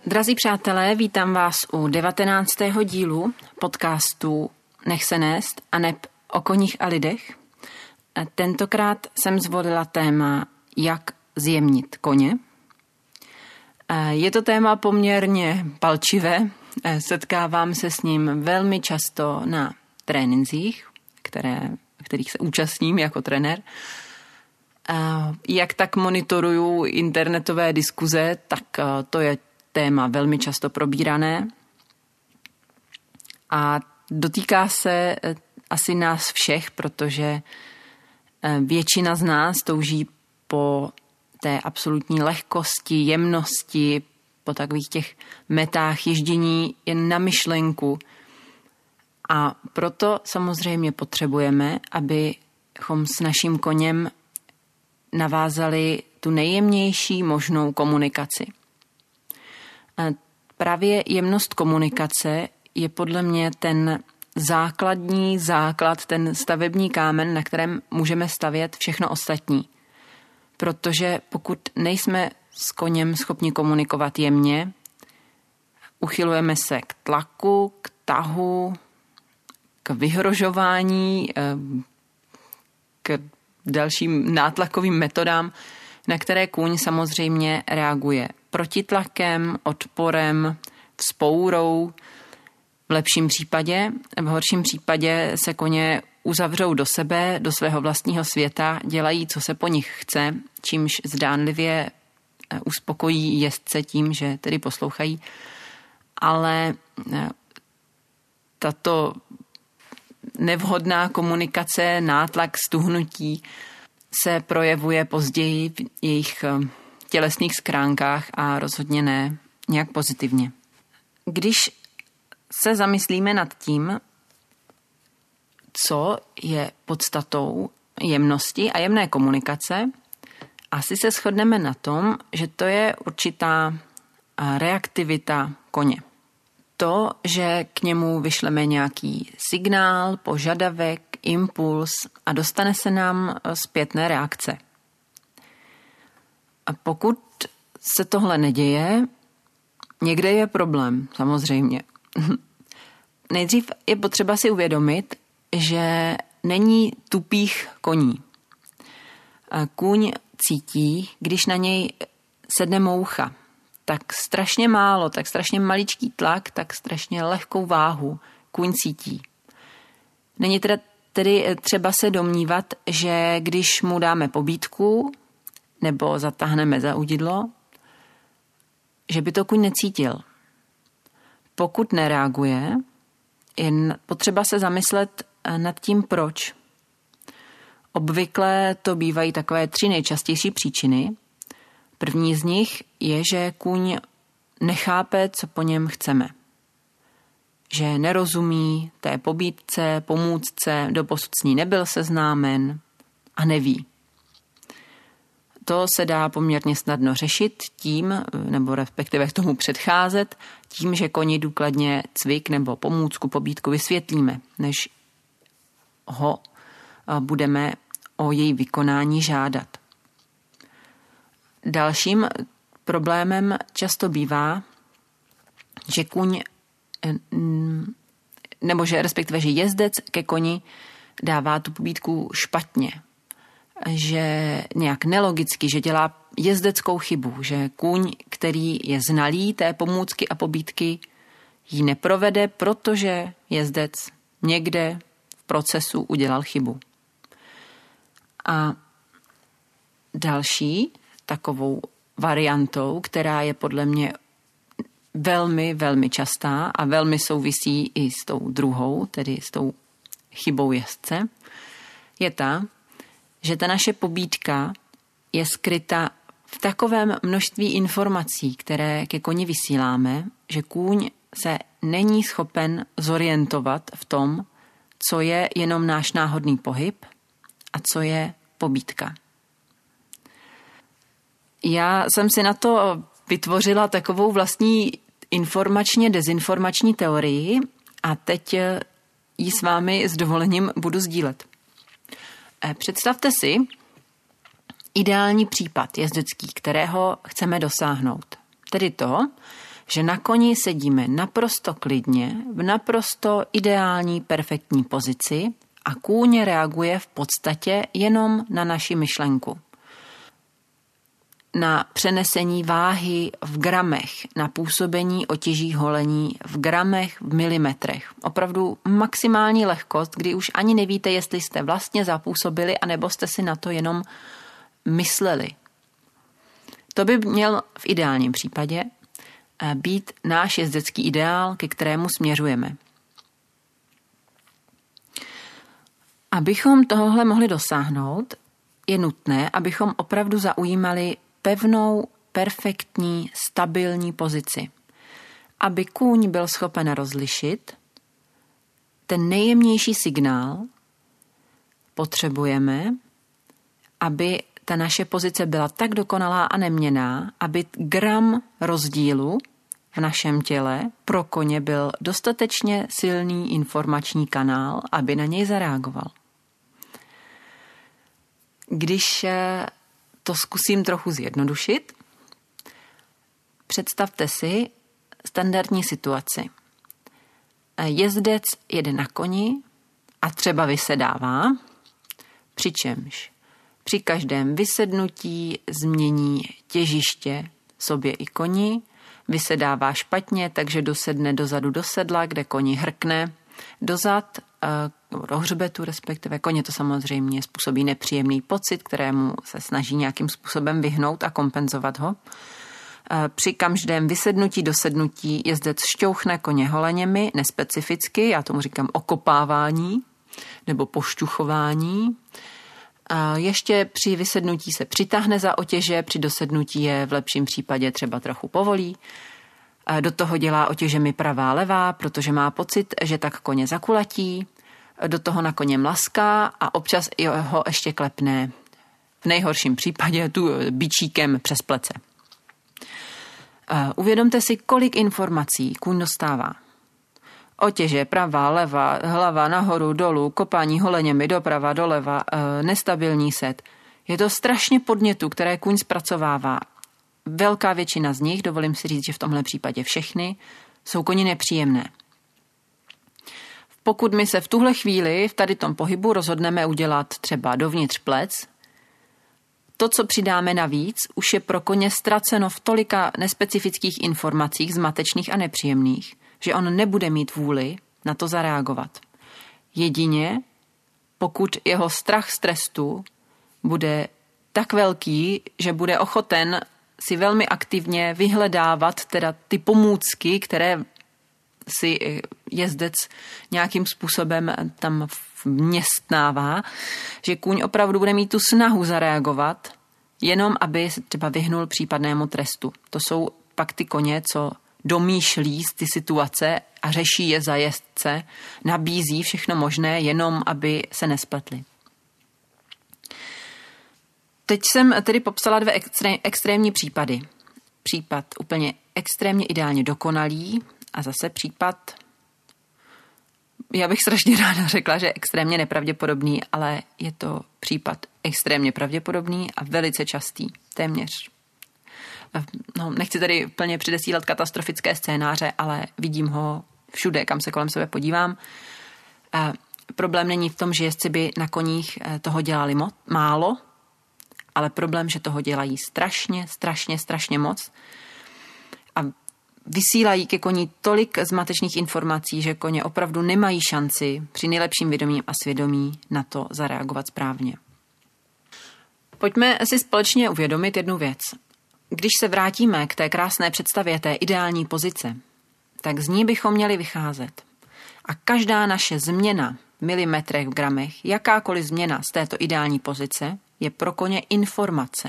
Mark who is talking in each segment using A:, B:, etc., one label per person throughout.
A: Drazí přátelé, vítám vás u 19. dílu podcastu Nech se nést aneb o koních a lidech. Tentokrát jsem zvolila téma Jak zjemnit koně. Je to téma poměrně palčivé, setkávám se s ním velmi často na trénincích, kterých se účastním jako trenér. Jak tak monitoruju internetové diskuze, tak to je téma velmi často probírané a dotýká se asi nás všech, protože většina z nás touží po té absolutní lehkosti, jemnosti, po takových těch metách ježdění jen na myšlenku. A proto samozřejmě potřebujeme, abychom s naším koněm navázali tu nejjemnější možnou komunikaci. Právě jemnost komunikace je podle mě ten základní základ, ten stavební kámen, na kterém můžeme stavět všechno ostatní. Protože pokud nejsme s koněm schopni komunikovat jemně, uchylujeme se k tlaku, k tahu, k vyhrožování, k dalším nátlakovým metodám, na které kůň samozřejmě reaguje protitlakem, odporem, vzpourou. V lepším případě, v horším případě se koně uzavřou do sebe, do svého vlastního světa, dělají, co se po nich chce, čímž zdánlivě uspokojí jezdce tím, že tedy poslouchají. Ale tato nevhodná komunikace, nátlak, stuhnutí se projevuje později v jejich tělesných skránkách a rozhodně ne nějak pozitivně. Když se zamyslíme nad tím, co je podstatou jemnosti a jemné komunikace, asi se shodneme na tom, že to je určitá reaktivita koně. To, že k němu vyšleme nějaký signál, požadavek, impuls a dostane se nám zpětné reakce. A pokud se tohle neděje, někde je problém, samozřejmě. Nejdřív je potřeba si uvědomit, že není tupých koní. Kůň cítí, když na něj sedne moucha, tak strašně málo, tak strašně maličký tlak, tak strašně lehkou váhu kůň cítí. Není tedy třeba se domnívat, že když mu dáme pobídku nebo zatáhneme za udidlo, že by to kůň necítil. Pokud nereaguje, je potřeba se zamyslet nad tím, proč. Obvykle to bývají takové 3 nejčastější příčiny. První z nich je, že kůň nechápe, co po něm chceme. Že nerozumí té pobídce, pomůcce, doposud s ní nebyl seznámen a neví. To se dá poměrně snadno řešit tím, nebo respektive k tomu předcházet, tím, že koni důkladně cvik nebo pomůcku, pobídku vysvětlíme, než ho budeme o její vykonání žádat. Dalším problémem často bývá, že kůň, nebo že respektive, že jezdec ke koni dává tu pobídku špatně, že nějak nelogicky, že dělá jezdeckou chybu, že kůň, který je znalý té pomůcky a pobídky, ji neprovede, protože jezdec někde v procesu udělal chybu. A další takovou variantou, která je podle mě velmi, velmi častá a velmi souvisí i s tou druhou, tedy s tou chybou jezdce, je ta, že ta naše pobídka je skryta v takovém množství informací, které ke koni vysíláme, že kůň se není schopen zorientovat v tom, co je jenom náš náhodný pohyb a co je pobídka. Já jsem si na to vytvořila takovou vlastní informačně dezinformační teorii a teď ji s vámi s dovolením budu sdílet. Představte si ideální případ jezdecký, kterého chceme dosáhnout. Tedy to, že na koni sedíme naprosto klidně, v naprosto ideální, perfektní pozici a kůň reaguje v podstatě jenom na naši myšlenku. Na přenesení váhy v gramech, na působení otěží holení v gramech, v milimetrech. Opravdu maximální lehkost, kdy už ani nevíte, jestli jste vlastně zapůsobili, anebo jste si na to jenom mysleli. To by měl v ideálním případě být náš jezdecký ideál, ke kterému směřujeme. Abychom tohle mohli dosáhnout, je nutné, abychom opravdu zaujímali pevnou, perfektní, stabilní pozici. Aby kůň byl schopen rozlišit ten nejjemnější signál, potřebujeme, aby ta naše pozice byla tak dokonalá a neměnná, aby gram rozdílu v našem těle pro koně byl dostatečně silný informační kanál, aby na něj zareagoval. Když to zkusím trochu zjednodušit, představte si standardní situaci. Jezdec jede na koni a třeba vysedává, přičemž při každém vysednutí změní těžiště sobě i koni, vysedává špatně, takže dosedne dozadu do sedla, kde koni hrkne dozad, do hřbetu respektive. Koně to samozřejmě způsobí nepříjemný pocit, kterému se snaží nějakým způsobem vyhnout a kompenzovat ho. Při každém vysednutí, dosednutí jezdec šťouchne koně holeněmi, nespecificky, já tomu říkám okopávání nebo pošťuchování. Ještě při vysednutí se přitáhne za otěže, při dosednutí je v lepším případě třeba trochu povolí. Do toho dělá otěžemi pravá levá, protože má pocit, že tak koně zakulatí. Do toho na koně mlaská a občas ho ještě klepne v nejhorším případě tu bičíkem přes plece. Uvědomte si, kolik informací kůň dostává. Otěže, pravá, levá, hlava nahoru, dolů, kopání holeněmi doprava, doleva, nestabilní set. Je to strašně podnětů, které kůň zpracovává. Velká většina z nich, dovolím si říct, že v tomhle případě všechny, jsou koni nepříjemné. Pokud my se v tuhle chvíli, v tady tom pohybu rozhodneme udělat třeba dovnitř plec, to, co přidáme navíc, už je pro koně ztraceno v tolika nespecifických informacích, zmatečných a nepříjemných, že on nebude mít vůli na to zareagovat. Jedině, pokud jeho strach z trestu bude tak velký, že bude ochoten si velmi aktivně vyhledávat teda ty pomůcky, které si jezdec nějakým způsobem tam vměstnává, že kůň opravdu bude mít tu snahu zareagovat, jenom aby se třeba vyhnul případnému trestu. To jsou pak ty koně, co domýšlí z ty situace a řeší je za jezdce, nabízí všechno možné, jenom aby se nespletli. Teď jsem tedy popsala 2 extrémní případy. Případ úplně extrémně ideálně dokonalý a zase případ, já bych strašně ráda řekla, že extrémně nepravděpodobný, ale je to případ extrémně pravděpodobný a velice častý, téměř. Nechci tady plně předesílat katastrofické scénáře, ale vidím ho všude, kam se kolem sebe podívám. Problém není v tom, že jezdci by na koních toho dělali málo, ale problém, že toho dělají strašně moc a vysílají ke koni tolik zmatečných informací, že koně opravdu nemají šanci při nejlepším vědomí a svědomí na to zareagovat správně. Pojďme si společně uvědomit jednu věc. Když se vrátíme k té krásné představě té ideální pozice, tak z ní bychom měli vycházet. A každá naše změna v milimetrech, v gramech, jakákoliv změna z této ideální pozice je pro koně informace.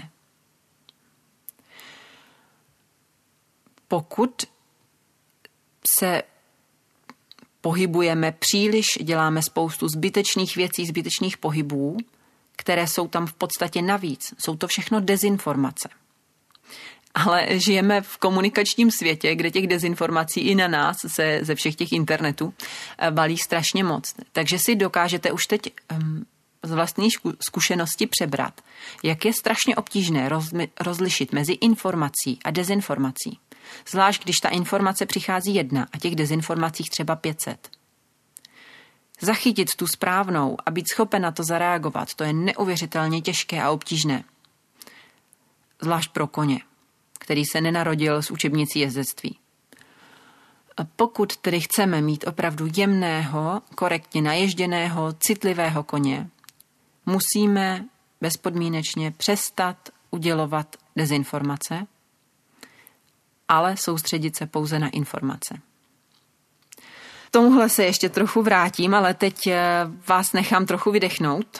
A: Pokud se pohybujeme příliš, děláme spoustu zbytečných věcí, zbytečných pohybů, které jsou tam v podstatě navíc. Jsou to všechno dezinformace. Ale žijeme v komunikačním světě, kde těch dezinformací i na nás se ze všech těch internetů balí strašně moc. Takže si dokážete už teď z vlastní zkušenosti přebrat, jak je strašně obtížné rozlišit mezi informací a dezinformací. Zvlášť, když ta informace přichází jedna a těch dezinformacích třeba 500. Zachytit tu správnou a být schopen na to zareagovat, to je neuvěřitelně těžké a obtížné. Zvlášť pro koně, který se nenarodil s učebnicí jezdectví. A pokud tedy chceme mít opravdu jemného, korektně naježděného, citlivého koně, musíme bezpodmínečně přestat udělovat dezinformace, ale soustředit se pouze na informace. Tomuhle se ještě trochu vrátím, ale teď vás nechám trochu vydechnout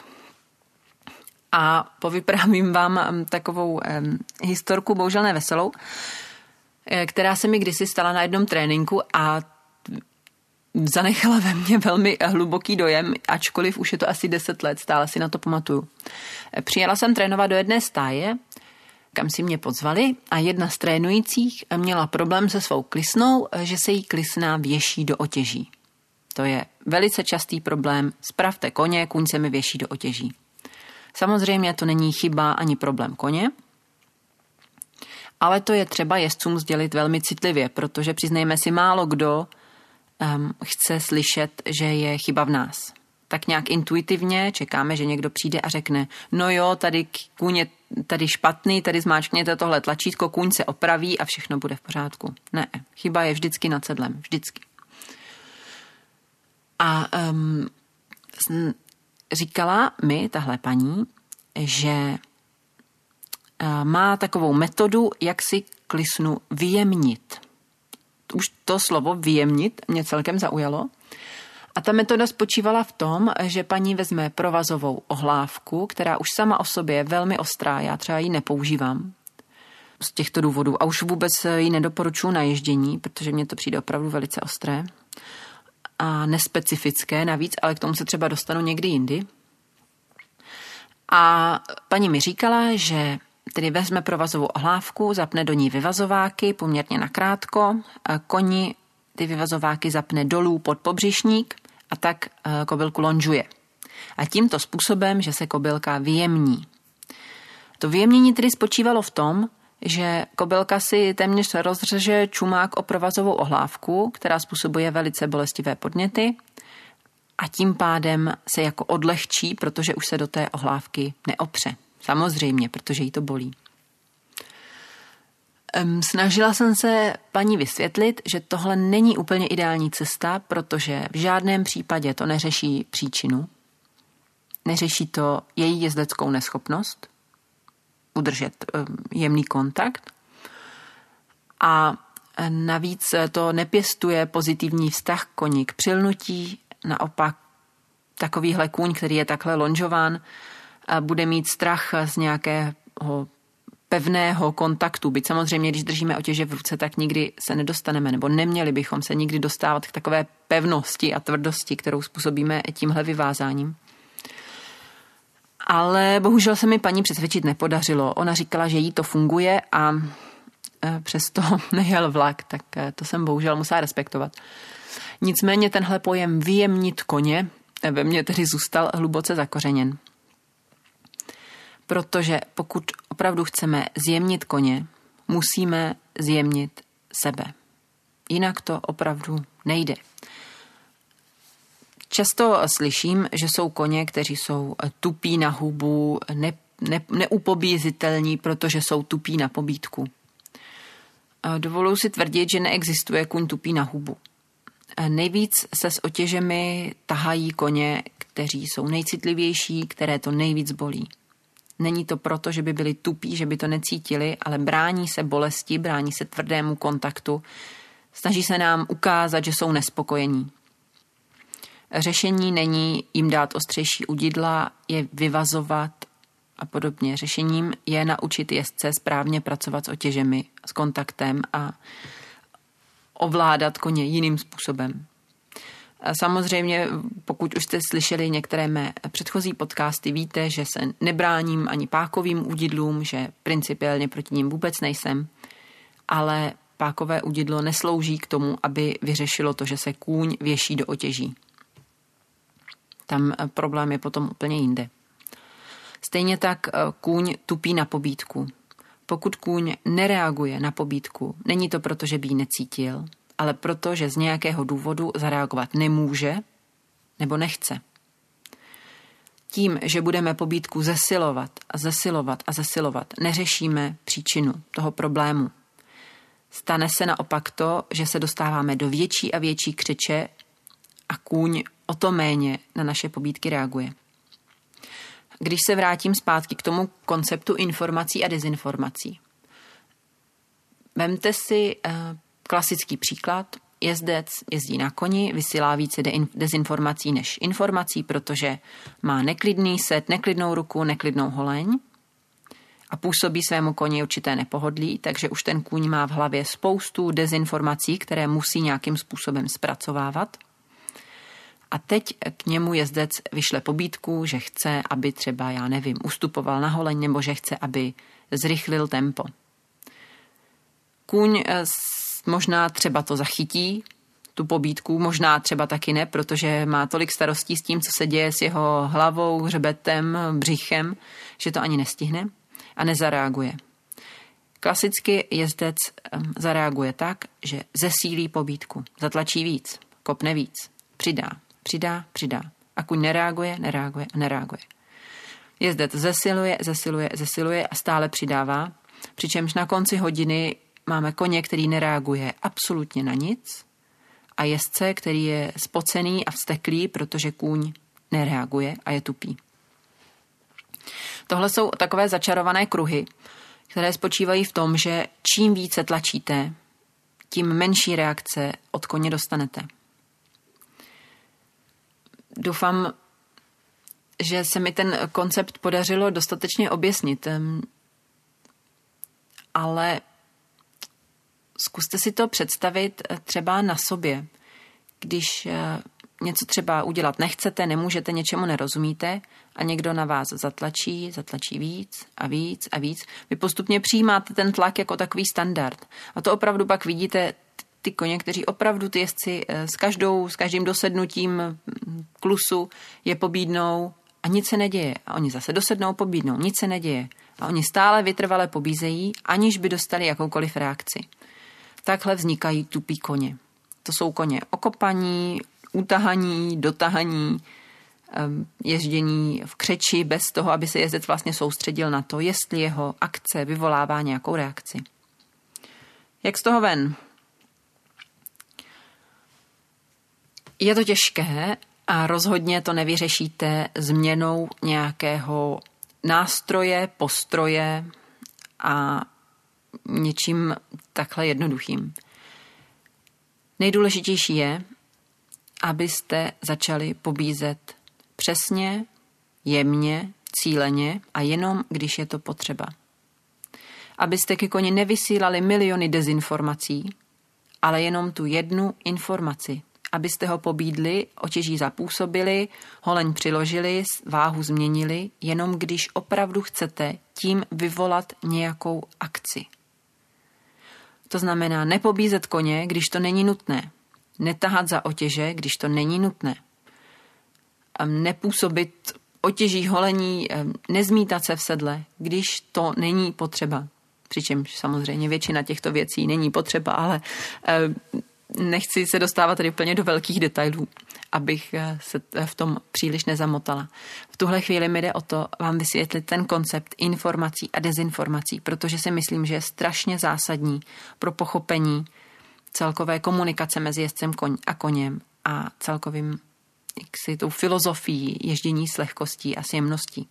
A: a povyprávím vám takovou historku, bohužel neveselou, která se mi kdysi stala na jednom tréninku a zanechala ve mně velmi hluboký dojem, ačkoliv už je to asi 10 let, stále si na to pamatuju. Přijela jsem trénovat do jedné stáje, kam si mě pozvali a jedna z trénujících měla problém se svou klisnou, že se jí klisna věší do otěží. To je velice častý problém. Spravte koně, kůň se mi věší do otěží. Samozřejmě to není chyba ani problém koně, ale to je třeba jezdcům sdělit velmi citlivě, protože přiznejme si, málo kdo chce slyšet, že je chyba v nás. Tak nějak intuitivně čekáme, že někdo přijde a řekne, no jo, tady kůň je tady špatný, tady zmáčkněte tohle tlačítko, kůň se opraví a všechno bude v pořádku. Ne, chyba je vždycky nad sedlem, vždycky. A říkala mi tahle paní, že má takovou metodu, jak si klisnu vyjemnit. Už to slovo vyjemnit mě celkem zaujalo. A ta metoda spočívala v tom, že paní vezme provazovou ohlávku, která už sama o sobě je velmi ostrá, já třeba ji nepoužívám z těchto důvodů a už vůbec ji nedoporučuji na ježdění, protože mně to přijde opravdu velice ostré a nespecifické navíc, ale k tomu se třeba dostanu někdy jindy. A paní mi říkala, že tedy vezme provazovou ohlávku, zapne do ní vyvazováky poměrně nakrátko, koni ty vyvazováky zapne dolů pod pobřišník a tak kobylku lonžuje. A tímto způsobem, že se kobylka vyjemní. To vyjemnění tedy spočívalo v tom, že kobylka si téměř rozřeže čumák o provazovou ohlávku, která způsobuje velice bolestivé podněty a tím pádem se jako odlehčí, protože už se do té ohlávky neopře. Samozřejmě, protože jí to bolí. Snažila jsem se paní vysvětlit, že tohle není úplně ideální cesta, protože v žádném případě to neřeší příčinu. Neřeší to její jezdeckou neschopnost udržet jemný kontakt a navíc to nepěstuje pozitivní vztah koni k přilnutí. Naopak takovýhle kůň, který je takhle lonžován, bude mít strach z nějakého pevného kontaktu. Byť samozřejmě, když držíme otěže v ruce, tak nikdy se nedostaneme, nebo neměli bychom se nikdy dostávat k takové pevnosti a tvrdosti, kterou způsobíme tímhle vyvázáním. Ale bohužel se mi paní přesvědčit nepodařilo. Ona říkala, že jí to funguje a přesto nejel vlak, tak to jsem bohužel musela respektovat. Nicméně tenhle pojem vyjemnit koně ve mně tedy zůstal hluboce zakořeněn. Protože pokud opravdu chceme zjemnit koně, musíme zjemnit sebe. Jinak to opravdu nejde. Často slyším, že jsou koně, kteří jsou tupí na hubu, neupobízitelní, protože jsou tupí na pobídku. Dovoluji si tvrdit, že neexistuje kůň tupý na hubu. Nejvíc se s otěžemi tahají koně, kteří jsou nejcitlivější, které to nejvíc bolí. Není to proto, že by byli tupí, že by to necítili, ale brání se bolesti, brání se tvrdému kontaktu. Snaží se nám ukázat, že jsou nespokojení. Řešení není jim dát ostřejší udidla, je vyvazovat a podobně. Řešením je naučit jezdce správně pracovat s otěžemi, s kontaktem a ovládat koně jiným způsobem. Samozřejmě, pokud už jste slyšeli některé mé předchozí podcasty, víte, že se nebráním ani pákovým udidlům, že principiálně proti nim vůbec nejsem, ale pákové udidlo neslouží k tomu, aby vyřešilo to, že se kůň věší do otěží. Tam problém je potom úplně jinde. Stejně tak kůň tupí na pobídku. Pokud kůň nereaguje na pobídku, není to proto, že by ji necítil, ale proto, že z nějakého důvodu zareagovat nemůže nebo nechce. Tím, že budeme pobídku zesilovat, neřešíme příčinu toho problému. Stane se naopak to, že se dostáváme do větší a větší křeče a kůň o to méně na naše pobídky reaguje. Když se vrátím zpátky k tomu konceptu informací a dezinformací. Vemte si klasický příklad. Jezdec jezdí na koni, vysílá více dezinformací než informací, protože má neklidný set, neklidnou ruku, neklidnou holeň a působí svému koni určité nepohodlí, takže už ten kůň má v hlavě spoustu dezinformací, které musí nějakým způsobem zpracovávat. A teď k němu jezdec vyšle pobídku, že chce, aby třeba, ustupoval na holeň, nebo že chce, aby zrychlil tempo. Kůň možná třeba to zachytí, tu pobídku, možná třeba taky ne, protože má tolik starostí s tím, co se děje s jeho hlavou, hřbetem, břichem, že to ani nestihne a nezareaguje. Klasicky jezdec zareaguje tak, že zesílí pobídku, zatlačí víc, kopne víc, přidá. A kůň nereaguje. Jezdec zesiluje a stále přidává, přičemž na konci hodiny máme koně, který nereaguje absolutně na nic a jezdce, který je spocený a vzteklý, protože kůň nereaguje a je tupý. Tohle jsou takové začarované kruhy, které spočívají v tom, že čím více tlačíte, tím menší reakce od koně dostanete. Doufám, že se mi ten koncept podařilo dostatečně objasnit, ale zkuste si to představit třeba na sobě. Když něco třeba udělat nechcete, nemůžete, něčemu nerozumíte a někdo na vás zatlačí víc a víc. Vy postupně přijímáte ten tlak jako takový standard. A to opravdu pak vidíte ty koně, kteří opravdu ty jezdci s každým dosednutím klusu je pobídnou a nic se neděje. A oni zase dosednou, pobídnou, nic se neděje. A oni stále vytrvale pobízejí, aniž by dostali jakoukoliv reakci. Takhle vznikají tupí koně. To jsou koně okopaní, utahaní, dotahaní, ježdění v křeči bez toho, aby se jezdec vlastně soustředil na to, jestli jeho akce vyvolává nějakou reakci. Jak z toho ven? Je to těžké a rozhodně to nevyřešíte změnou nějakého nástroje, postroje a něčím takhle jednoduchým. Nejdůležitější je, abyste začali pobízet přesně, jemně, cíleně a jenom, když je to potřeba. Abyste ke koni nevysílali miliony dezinformací, ale jenom tu jednu informaci. Abyste ho pobídli, otěží zapůsobili, holeň přiložili, váhu změnili, jenom když opravdu chcete tím vyvolat nějakou akci. To znamená nepobízet koně, když to není nutné. Netahat za otěže, když to není nutné. Nepůsobit otěží, holení, nezmítat se v sedle, když to není potřeba. Přičemž samozřejmě většina těchto věcí není potřeba, ale nechci se dostávat tady úplně do velkých detailů, abych se v tom příliš nezamotala. V tuhle chvíli mi jde o to vám vysvětlit ten koncept informací a dezinformací, protože si myslím, že je strašně zásadní pro pochopení celkové komunikace mezi jezdcem a koněm a celkovým tou filozofií ježdění s lehkostí a s jemností.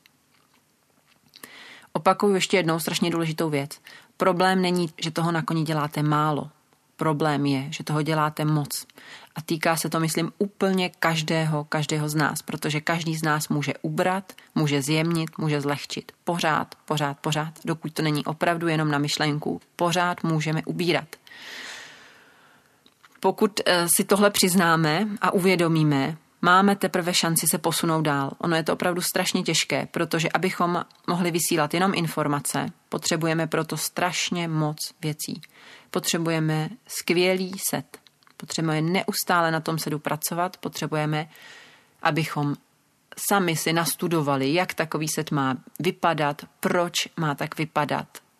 A: Opakuju ještě jednou strašně důležitou věc. Problém není, že toho na koni děláte málo. Problém je, že toho děláte moc. A týká se to, myslím, úplně každého z nás, protože každý z nás může ubrat, může zjemnit, může zlehčit. Pořád, dokud to není opravdu jenom na myšlenku, pořád můžeme ubírat. Pokud si tohle přiznáme a uvědomíme, máme teprve šanci se posunout dál. Ono je to opravdu strašně těžké, protože abychom mohli vysílat jenom informace, potřebujeme proto strašně moc věcí. Potřebujeme skvělý set. Potřebujeme neustále na tom setu pracovat. Potřebujeme, abychom sami si nastudovali, jak takový set má vypadat, proč má tak vypadat,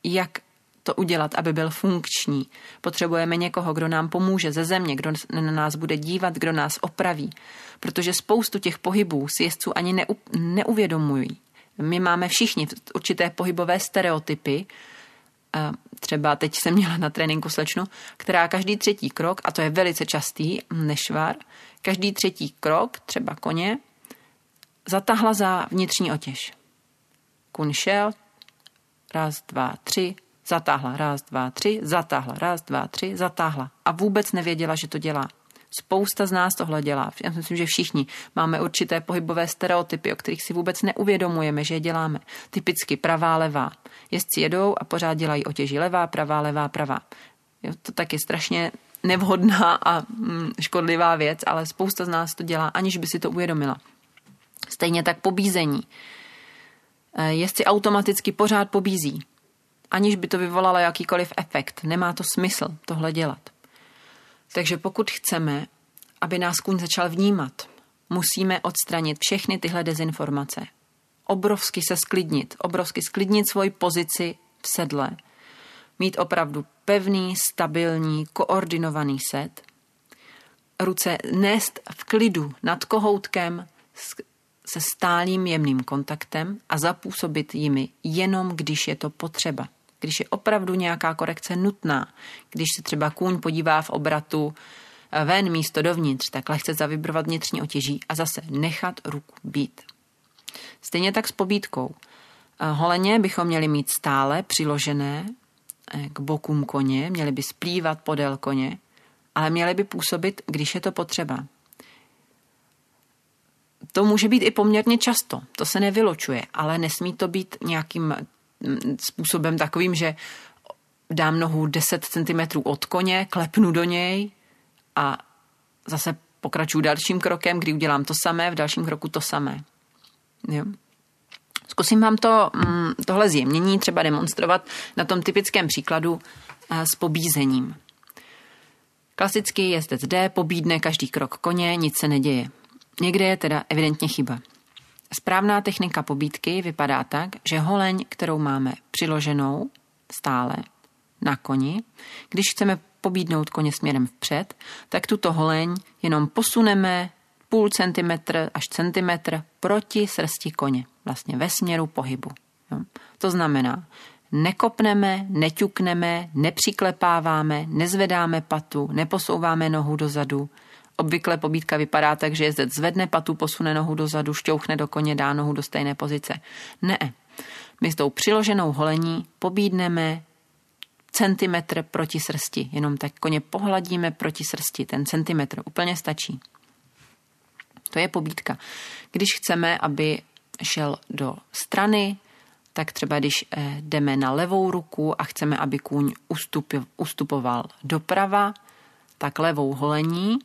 A: jak to udělat, aby byl funkční. Potřebujeme někoho, kdo nám pomůže ze země, kdo na nás bude dívat, kdo nás opraví. Protože spoustu těch pohybů si jezdců ani neuvědomují. My máme všichni určité pohybové stereotypy. Třeba teď jsem měla na tréninku slečnu, která každý třetí krok, a to je velice častý nešvar, každý třetí krok, třeba koně, zatáhla za vnitřní otěž. Kůň šel, 1, 2, 3, zatáhla, 1, 2, 3, zatáhla, 1, 2, 3, zatáhla. A vůbec nevěděla, že to dělá. Spousta z nás tohle dělá. Já myslím, že všichni máme určité pohybové stereotypy, o kterých si vůbec neuvědomujeme, že je děláme. Typicky pravá, levá. Jezdci jedou a pořád dělají otěži levá, pravá, pravá. Jo, to taky strašně nevhodná a škodlivá věc, ale spousta z nás to dělá, aniž by si to uvědomila. Stejně tak pobízení. Jezdci automaticky pořád pobízí, aniž by to vyvolalo jakýkoliv efekt. Nemá to smysl tohle dělat. Takže pokud chceme, aby nás kůň začal vnímat, musíme odstranit všechny tyhle dezinformace. Obrovsky se sklidnit svoji pozici v sedle, mít opravdu pevný, stabilní, koordinovaný set, ruce nést v klidu nad kohoutkem se stálým jemným kontaktem a zapůsobit jimi jenom, když je to potřeba. Když je opravdu nějaká korekce nutná, když se třeba kůň podívá v obratu ven místo dovnitř, tak lehce zavibrovat vnitřní otěží a zase nechat ruku být. Stejně tak s pobídkou. Holeně bychom měli mít stále přiložené k bokům koně, měli by splývat podél koně, ale měli by působit, když je to potřeba. To může být i poměrně často, to se nevylučuje, ale nesmí to být nějakým způsobem takovým, že dám nohu 10 cm od koně, klepnu do něj a zase pokračuju dalším krokem, kdy udělám to samé, v dalším kroku to samé. Jo. Zkusím vám tohle zjemnění třeba demonstrovat na tom typickém příkladu s pobízením. Klasický jezdec jde, pobídne každý krok koně, nic se neděje. Někde je teda evidentně chyba. Správná technika pobídky vypadá tak, že holeň, kterou máme přiloženou stále na koni, když chceme pobídnout koně směrem vpřed, tak tuto holeň jenom posuneme 0,5 centimetr až centimetr proti srsti koně, vlastně ve směru pohybu. Jo? To znamená, nekopneme, neťukneme, nepřiklepáváme, nezvedáme patu, neposouváme nohu dozadu. Obvykle pobídka vypadá tak, že jezdec zvedne patu, posune nohu dozadu, šťouchne do koně, dá nohu do stejné pozice. Ne. My s tou přiloženou holení pobídneme centimetr proti srsti. Jenom tak koně pohladíme proti srsti. Ten centimetr úplně stačí. To je pobídka. Když chceme, aby šel do strany, tak třeba když jdeme na levou ruku a chceme, aby kůň ustupoval doprava, tak levou holení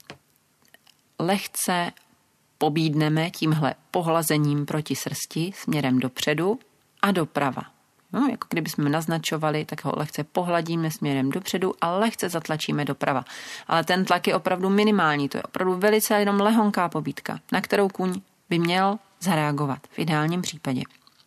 A: lehce pobídneme tímhle pohlazením proti srsti směrem dopředu a doprava. No, jako kdybychom naznačovali, tak ho lehce pohladíme směrem dopředu a lehce zatlačíme doprava. Ale ten tlak je opravdu minimální, to je opravdu velice jenom lehonká pobídka, na kterou kůň by měl zareagovat v ideálním případě.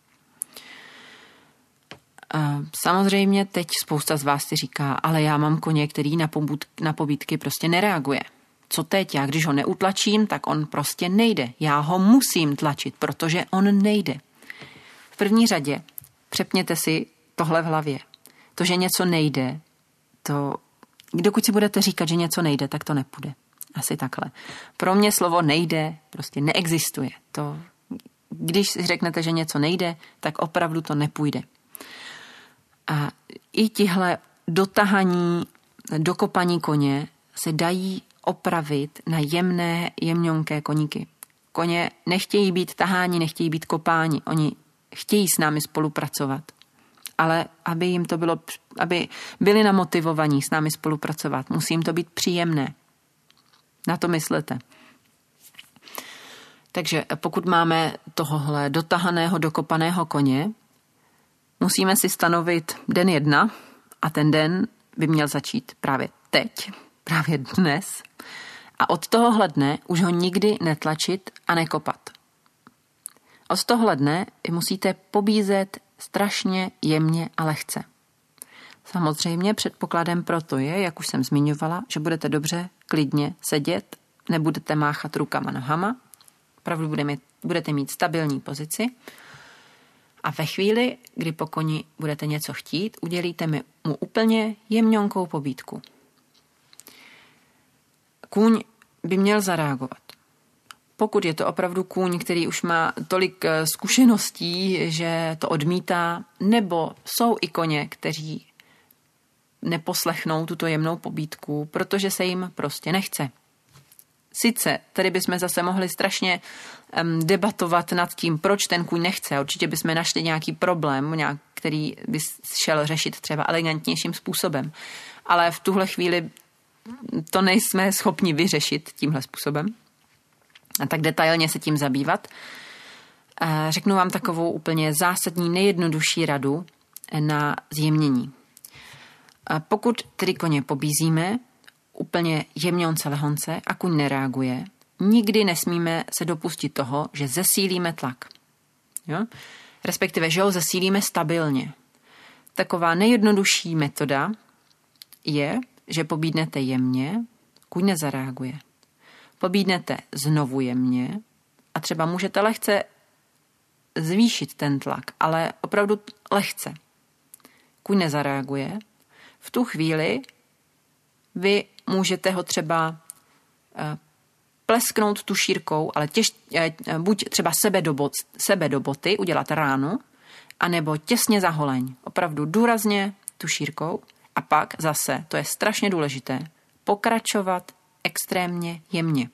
A: Samozřejmě teď spousta z vás si říká, ale já mám koně, který na pobídky prostě nereaguje. Co teď? Já když ho neutlačím, tak on prostě nejde. Já ho musím tlačit, protože on nejde. V první řadě přepněte si tohle v hlavě. To, že něco nejde, dokud si budete říkat, že něco nejde, tak to nepůjde. Asi takhle. Pro mě slovo nejde prostě neexistuje. Když si řeknete, že něco nejde, tak opravdu to nepůjde. A i tihle dotahaní, dokopaní koně se dají opravit na jemňonké koníky. Koně nechtějí být taháni, nechtějí být kopáni. Oni chtějí s námi spolupracovat. Ale aby byli namotivovaní s námi spolupracovat, musí jim to být příjemné. Na to myslete. Takže pokud máme tohohle dotahaného, dokopaného koně, musíme si stanovit den 1 a ten den by měl začít právě teď, právě dnes. A od tohohle dne už ho nikdy netlačit a nekopat. Od tohohle dne musíte pobízet strašně jemně a lehce. Samozřejmě předpokladem proto je, jak už jsem zmiňovala, že budete dobře, klidně sedět, nebudete máchat rukama, nohama, opravdu budete mít stabilní pozici a ve chvíli, kdy po koni budete něco chtít, udělíte mu úplně jemňonkou pobídku. Kůň by měl zareagovat. Pokud je to opravdu kůň, který už má tolik zkušeností, že to odmítá, nebo jsou i koně, kteří neposlechnou tuto jemnou pobídku, protože se jim prostě nechce. Sice tady bychom zase mohli strašně debatovat nad tím, proč ten kůň nechce. Určitě bychom našli nějaký problém, který by šel řešit třeba elegantnějším způsobem. Ale v tuhle chvíli to nejsme schopni vyřešit tímhle způsobem a tak detailně se tím zabývat. Řeknu vám takovou úplně zásadní, nejjednodušší radu na zjemnění. Pokud tedy koně pobízíme úplně jemňonce lehonce a kůň nereaguje, nikdy nesmíme se dopustit toho, že zesílíme tlak. Jo? Respektive, že ho zesílíme stabilně. Taková nejjednodušší metoda je, že pobídnete jemně, kůň nezareaguje. Pobídnete znovu jemně a třeba můžete lehce zvýšit ten tlak, ale opravdu lehce. Kůň nezareaguje. V tu chvíli vy můžete ho třeba plesknout tušírkou, ale buď třeba sebe do boty, udělat ránu, anebo těsně za holeň. Opravdu důrazně tušírkou a pak zase, to je strašně důležité, pokračovat extrémně jemně.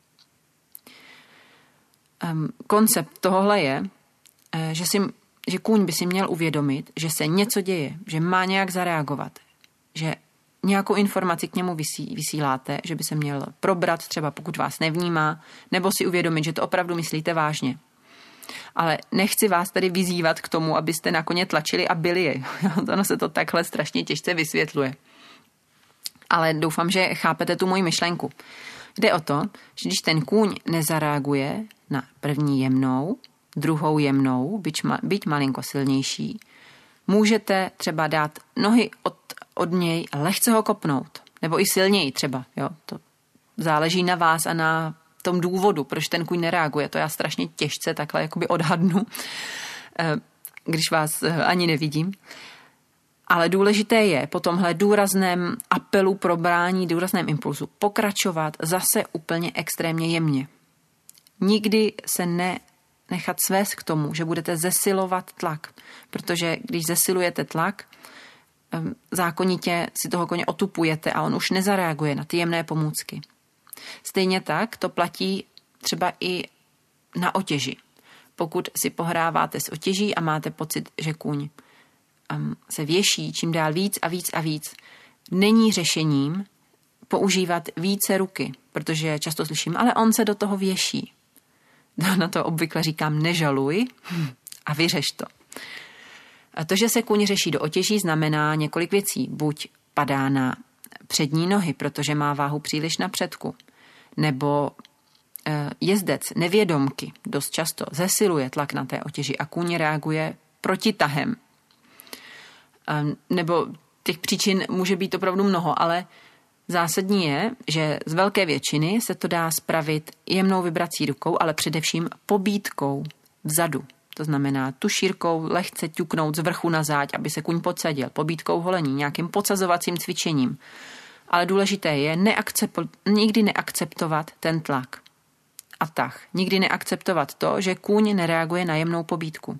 A: Koncept tohohle je, že kůň by si měl uvědomit, že se něco děje, že má nějak zareagovat, že nějakou informaci k němu vysíláte, že by se měl probrat, třeba pokud vás nevnímá, nebo si uvědomit, že to opravdu myslíte vážně. Ale nechci vás tady vyzývat k tomu, abyste na koně tlačili a byli je. Ono se to takhle strašně těžce vysvětluje. Ale doufám, že chápete tu moji myšlenku. Jde o to, že když ten kůň nezareaguje na první jemnou, druhou jemnou, byť malinko silnější, můžete třeba dát nohy od něj lehce ho kopnout. Nebo i silněji třeba. Jo? To záleží na vás a na tom důvodu, proč ten kůň nereaguje. To já strašně těžce takhle jakoby odhadnu, když vás ani nevidím. Ale důležité je po tomhle důrazném apelu probrání, důrazném impulzu pokračovat zase úplně extrémně jemně. Nikdy se nechat svést k tomu, že budete zesilovat tlak, protože když zesilujete tlak, zákonitě si toho koně otupujete a on už nezareaguje na ty jemné pomůcky. Stejně tak to platí třeba i na otěži. Pokud si pohráváte s otěží a máte pocit, že kůň se věší čím dál víc a víc a víc, není řešením používat více ruky, protože často slyším, ale on se do toho věší. Na to obvykle říkám nežaluj a vyřeš to. A to, že se kůň řeší do otěží, znamená několik věcí. Buď padá na přední nohy, protože má váhu příliš na předku, nebo jezdec nevědomky dost často zesiluje tlak na té otěži a kůň reaguje protitahem. Nebo těch příčin může být opravdu mnoho, ale zásadní je, že z velké většiny se to dá spravit jemnou vibrací rukou, ale především pobídkou vzadu. To znamená tušírkou lehce ťuknout z vrchu na záď, aby se kůň podsadil, pobídkou holení, nějakým podsazovacím cvičením. Ale důležité je nikdy neakceptovat ten tlak a tah. Nikdy neakceptovat to, že kůň nereaguje na jemnou pobídku.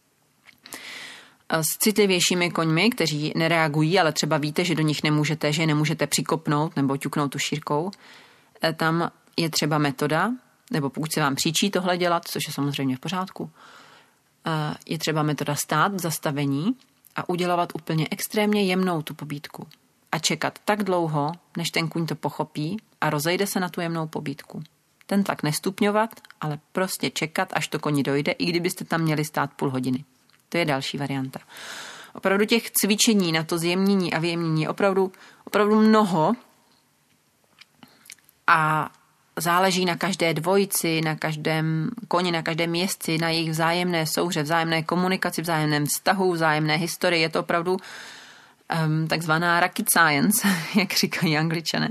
A: S citlivějšími koňmi, kteří nereagují, ale třeba víte, že do nich nemůžete, že je nemůžete přikopnout nebo ťuknout tušírkou, tam je třeba metoda, nebo pokud se vám příčí tohle dělat, což je samozřejmě v pořádku, je třeba metoda stát v zastavení a udělovat úplně extrémně jemnou tu pobídku. A čekat tak dlouho, než ten kůň to pochopí a rozejde se na tu jemnou pobídku. Ten tlak nestupňovat, ale prostě čekat, až to koni dojde, i kdybyste tam měli stát půl hodiny. To je další varianta. Opravdu těch cvičení na to zjemnění a vyjemnění je opravdu mnoho a záleží na každé dvojici, na každém koni, na každém jezdci, na jejich vzájemné souhře, vzájemné komunikaci, vzájemném vztahu, vzájemné historii. Je to opravdu takzvaná rocket science, jak říkají Angličané.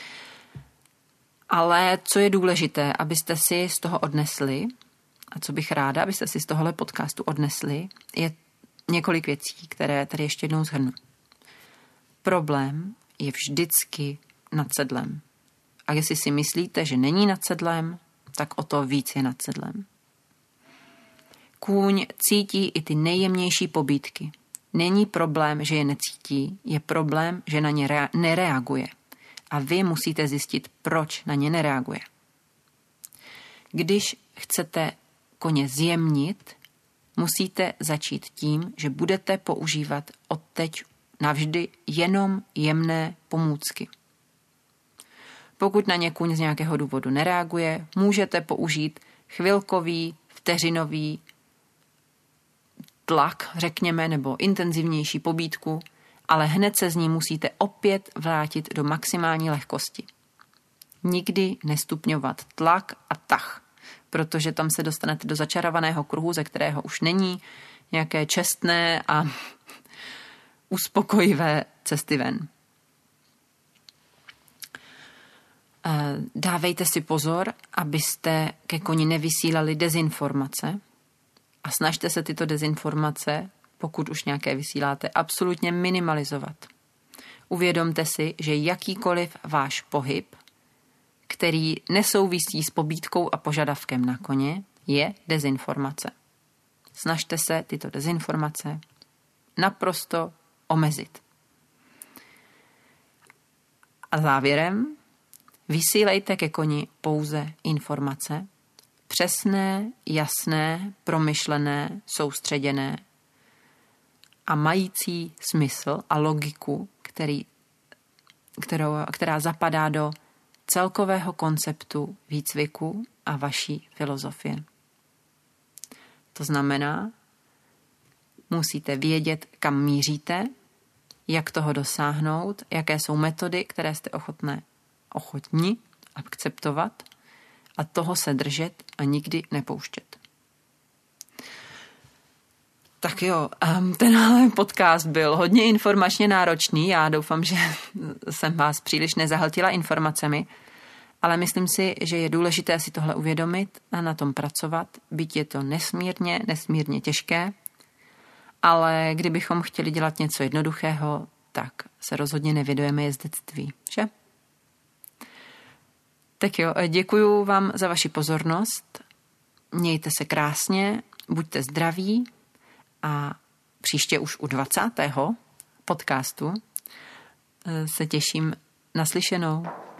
A: Ale co je důležité, abyste si z toho odnesli, a co bych ráda, abyste si z tohohle podcastu odnesli, je několik věcí, které tady ještě jednou shrnu. Problém je vždycky nad sedlem. A jestli si myslíte, že není nad sedlem, tak o to víc je nad sedlem. Kůň cítí i ty nejjemnější pobídky. Není problém, že je necítí, je problém, že na ně nereaguje. A vy musíte zjistit, proč na ně nereaguje. Když chcete koně zjemnit, musíte začít tím, že budete používat odteď navždy jenom jemné pomůcky. Pokud na ně kůň z nějakého důvodu nereaguje, můžete použít chvilkový, vteřinový tlak, řekněme, nebo intenzivnější pobídku, ale hned se z ní musíte opět vrátit do maximální lehkosti. Nikdy nestupňovat tlak a tah, protože tam se dostanete do začarovaného kruhu, ze kterého už není nějaké čestné a uspokojivé cesty ven. Dávejte si pozor, abyste ke koni nevysílali dezinformace a snažte se tyto dezinformace, pokud už nějaké vysíláte, absolutně minimalizovat. Uvědomte si, že jakýkoliv váš pohyb, který nesouvisí s pobídkou a požadavkem na koně, je dezinformace. Snažte se tyto dezinformace naprosto omezit. A závěrem, vysílejte ke koni pouze informace, přesné, jasné, promyšlené, soustředěné a mající smysl a logiku, která zapadá do celkového konceptu výcviku a vaší filozofie. To znamená, musíte vědět, kam míříte, jak toho dosáhnout, jaké jsou metody, které jste ochotni akceptovat a toho se držet a nikdy nepouštět. Tak jo, tenhle podcast byl hodně informačně náročný. Já doufám, že jsem vás příliš nezahltila informacemi, ale myslím si, že je důležité si tohle uvědomit a na tom pracovat, byť je to nesmírně těžké, ale kdybychom chtěli dělat něco jednoduchého, tak se rozhodně nevěnujeme jezdectví, že? Tak jo, děkuju vám za vaši pozornost, mějte se krásně, buďte zdraví a příště už u 20. podcastu se těším na slyšenou.